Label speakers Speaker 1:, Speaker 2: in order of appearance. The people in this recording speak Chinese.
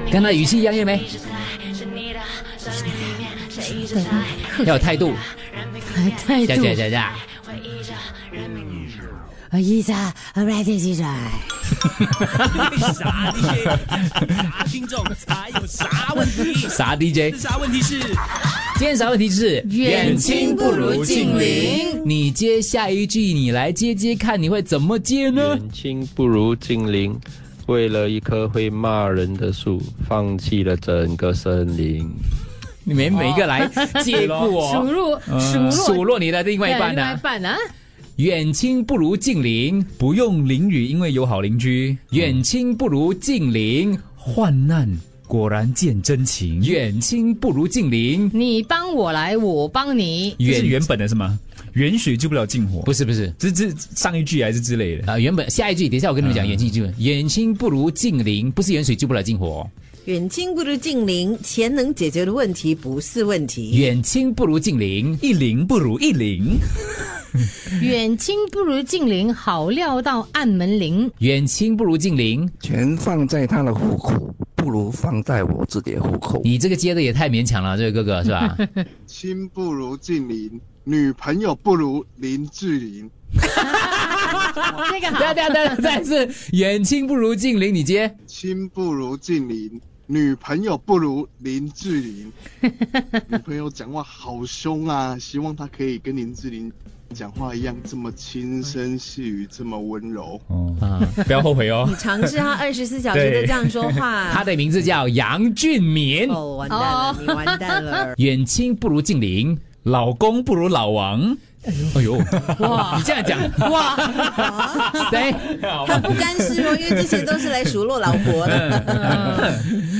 Speaker 1: 跟他语气一样没？要有态度。
Speaker 2: 态度。
Speaker 1: 一
Speaker 2: 下来电记者。
Speaker 3: 啥 DJ？ 啥听众才有啥问题？
Speaker 1: 啥 DJ？
Speaker 3: 啥问题是？
Speaker 1: 今天啥问题是
Speaker 2: 远亲不如近邻。
Speaker 1: 你接下一句，你来接看，你会怎么接呢？
Speaker 4: 远亲不如近邻，为了一棵会骂人的树，放弃了整个森林。
Speaker 1: 你们每一个来接过数落你的另外一半呢？远亲不如近邻，不用淋雨，因为有好邻居。远亲不如近邻，患难果然见真情。远亲不如近邻，
Speaker 2: 你帮我来，我帮你。
Speaker 5: 这是原本的是吗？远水救不了近火。
Speaker 1: 不是，
Speaker 5: 这上一句还是之类的
Speaker 1: 啊？原本下一句，等一下我跟你们讲，远亲不如近邻，不是远水救不了近火。
Speaker 6: 远亲不如近邻，钱能解决的问题不是问题。
Speaker 1: 远亲不如近邻，
Speaker 5: 一邻不如一邻。
Speaker 2: 远亲不如近邻，好料到按门铃。
Speaker 1: 远亲不如近邻，
Speaker 7: 钱放在他的户口，不如放在我自己的户口。
Speaker 1: 你这个接的也太勉强了，这个哥哥是吧？
Speaker 8: 亲不如近邻，女朋友不如林志玲。
Speaker 2: 这个好。
Speaker 1: 再次，远亲不如近邻，你接。
Speaker 8: 亲不如近邻，女朋友不如林志玲。女朋友讲话好凶啊，希望她可以跟林志玲讲话一样这么轻声细语，这么温柔。
Speaker 5: 不要后悔哦。
Speaker 6: 你尝试他24小时都这样说话。
Speaker 1: 他的名字叫杨俊敏。
Speaker 6: 完蛋了，你完蛋了。
Speaker 1: 远亲不如近邻，
Speaker 5: 老公不如老王。
Speaker 1: 哎呦，哇！你这样讲，哇！谁？
Speaker 6: 他不甘示弱，因为之前都是来数落老婆的。